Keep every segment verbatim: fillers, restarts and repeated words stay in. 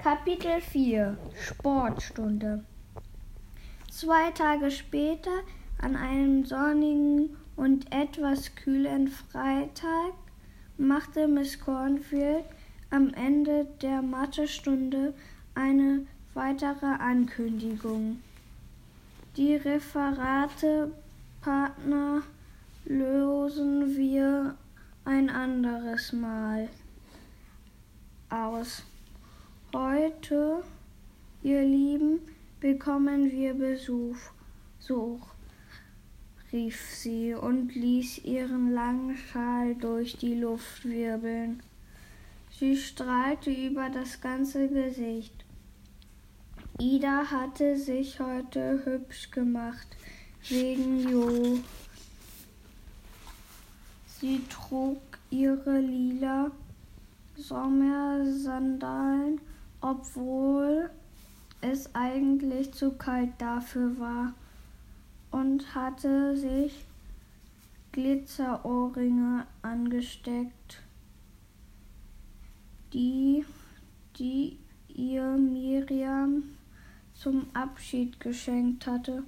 Kapitel vier Sportstunde. Zwei Tage später, an einem sonnigen und etwas kühlen Freitag, machte Miss Cornfield am Ende der Mathestunde eine weitere Ankündigung. Die Referate, Partner, lösen wir ein anderes Mal aus. Heute, ihr Lieben, bekommen wir Besuch, Besuch, rief sie und ließ ihren langen Schal durch die Luft wirbeln. Sie strahlte über das ganze Gesicht. Ida hatte sich heute hübsch gemacht, wegen Jo. Sie trug ihre lila Sommersandalen, obwohl es eigentlich zu kalt dafür war, und hatte sich Glitzerohrringe angesteckt, die, die ihr Miriam zum Abschied geschenkt hatte,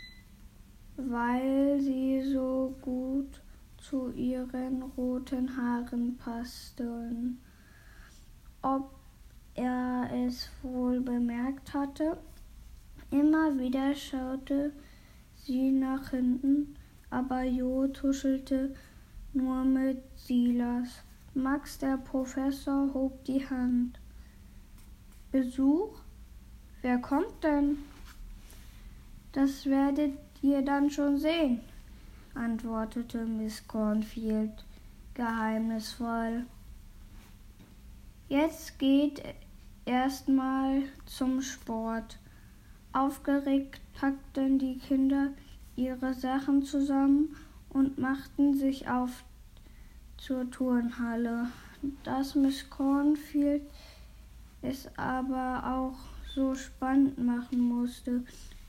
weil sie so gut zu ihren roten Haaren passten. Ob er es wohl bemerkt hatte? Immer wieder schaute sie nach hinten, aber Jo tuschelte nur mit Silas. Max, der Professor, hob die Hand. Besuch? Wer kommt denn? Das werdet ihr dann schon sehen, antwortete Miss Cornfield geheimnisvoll. Jetzt geht erstmal zum Sport. Aufgeregt packten die Kinder ihre Sachen zusammen und machten sich auf zur Turnhalle. Dass Miss Cornfield es aber auch so spannend machen musste.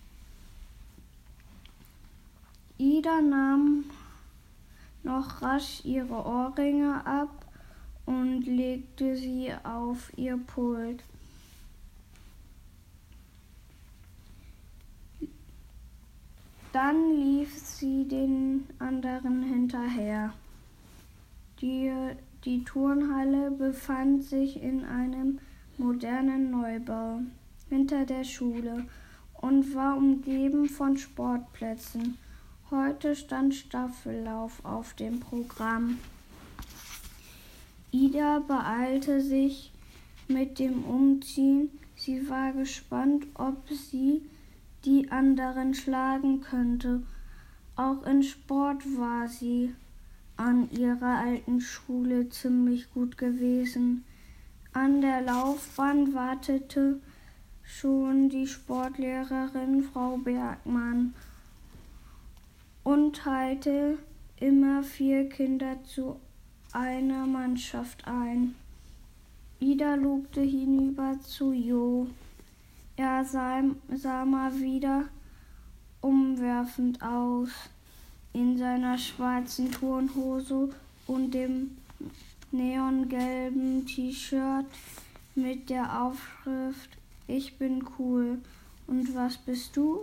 Ida nahm noch rasch ihre Ohrringe ab und legte sie auf ihr Pult. Dann lief sie den anderen hinterher. Die, die Turnhalle befand sich in einem modernen Neubau hinter der Schule und war umgeben von Sportplätzen. Heute stand Staffellauf auf dem Programm. Ida beeilte sich mit dem Umziehen. Sie war gespannt, ob sie die anderen schlagen könnte. Auch in Sport war sie an ihrer alten Schule ziemlich gut gewesen. An der Laufbahn wartete schon die Sportlehrerin Frau Bergmann und teilte immer vier Kinder zu einer Mannschaft ein. Ida lugte hinüber zu Jo. Er sah, sah mal wieder umwerfend aus, in seiner schwarzen Turnhose und dem neongelben T-Shirt mit der Aufschrift Ich bin cool. Und was bist du?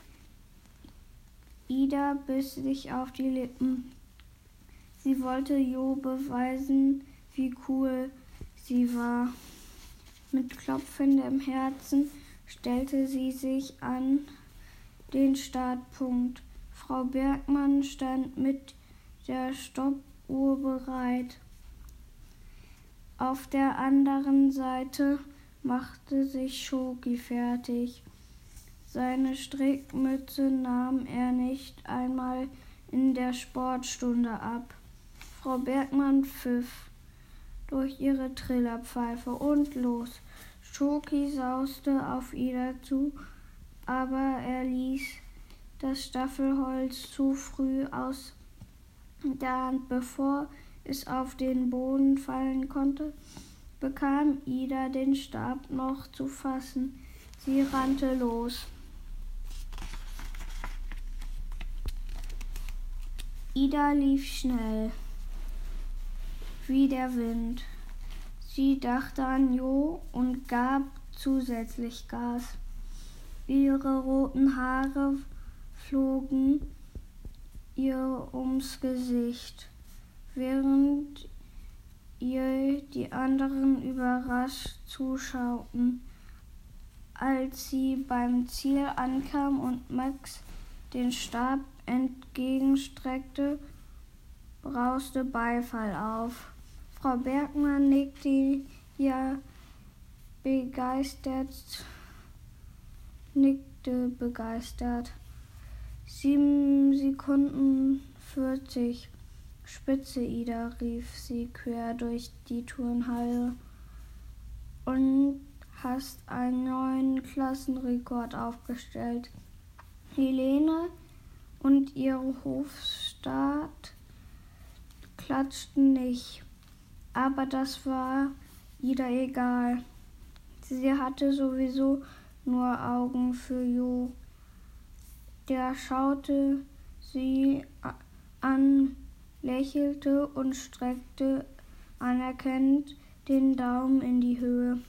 Ida biss sich auf die Lippen. Sie wollte Jo beweisen, wie cool sie war. Mit klopfendem Herzen stellte sie sich an den Startpunkt. Frau Bergmann stand mit der Stoppuhr bereit. Auf der anderen Seite machte sich Schoki fertig. Seine Strickmütze nahm er nicht einmal in der Sportstunde ab. Frau Bergmann pfiff durch ihre Trillerpfeife und los. Schoki sauste auf Ida zu, aber er ließ das Staffelholz zu früh aus der Hand. Bevor es auf den Boden fallen konnte, bekam Ida den Stab noch zu fassen. Sie rannte los. Ida lief schnell wie der Wind. Sie dachte an Jo und gab zusätzlich Gas. Ihre roten Haare flogen ihr ums Gesicht, während ihr die anderen überrascht zuschauten. Als sie beim Ziel ankam und Max den Stab entgegenstreckte, brauste Beifall auf. Frau Bergmann nickte ja begeistert, nickte begeistert. Sieben Sekunden vierzig. Spitze, Ida, rief sie quer durch die Turnhalle. Und hast einen neuen Klassenrekord aufgestellt. Helene und ihre Hofstaat klatschten nicht, aber das war Ida egal. Sie hatte sowieso nur Augen für Jo. Der schaute sie an, lächelte und streckte anerkennend den Daumen in die Höhe.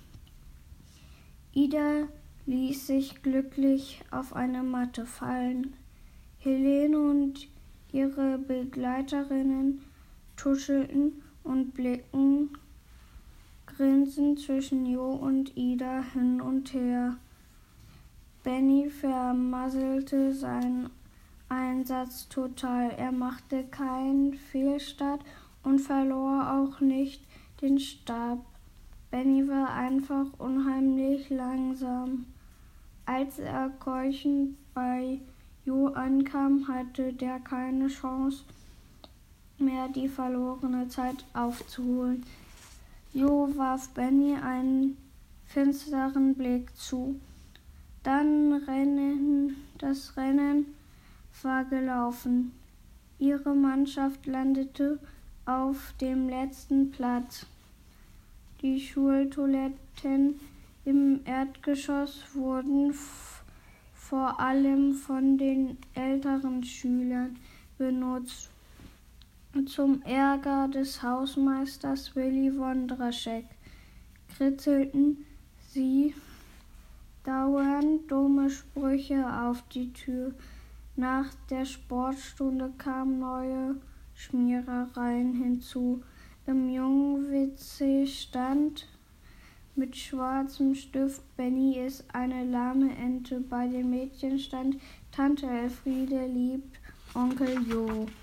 Ida ließ sich glücklich auf eine Matte fallen. Helene und ihre Begleiterinnen tuschelten und blickten grinsend zwischen Jo und Ida hin und her. Benny vermasselte seinen Einsatz total. Er machte keinen Fehlstart und verlor auch nicht den Stab. Benny war einfach unheimlich langsam. Als er keuchend bei Jo ankam, hatte der keine Chance mehr, die verlorene Zeit aufzuholen. Jo warf Benny einen finsteren Blick zu. Dann Rennen, das Rennen war gelaufen. Ihre Mannschaft landete auf dem letzten Platz. Die Schultoiletten im Erdgeschoss wurden f- vor allem von den älteren Schülern benutzt. Zum Ärger des Hausmeisters Willi Wondraschek kritzelten sie dauernd dumme Sprüche auf die Tür. Nach der Sportstunde kamen neue Schmierereien hinzu. Im Jungen-W C stand mit schwarzem Stift Benny ist eine lahme Ente. Bei den Mädchen stand Tante Elfriede liebt Onkel Jo.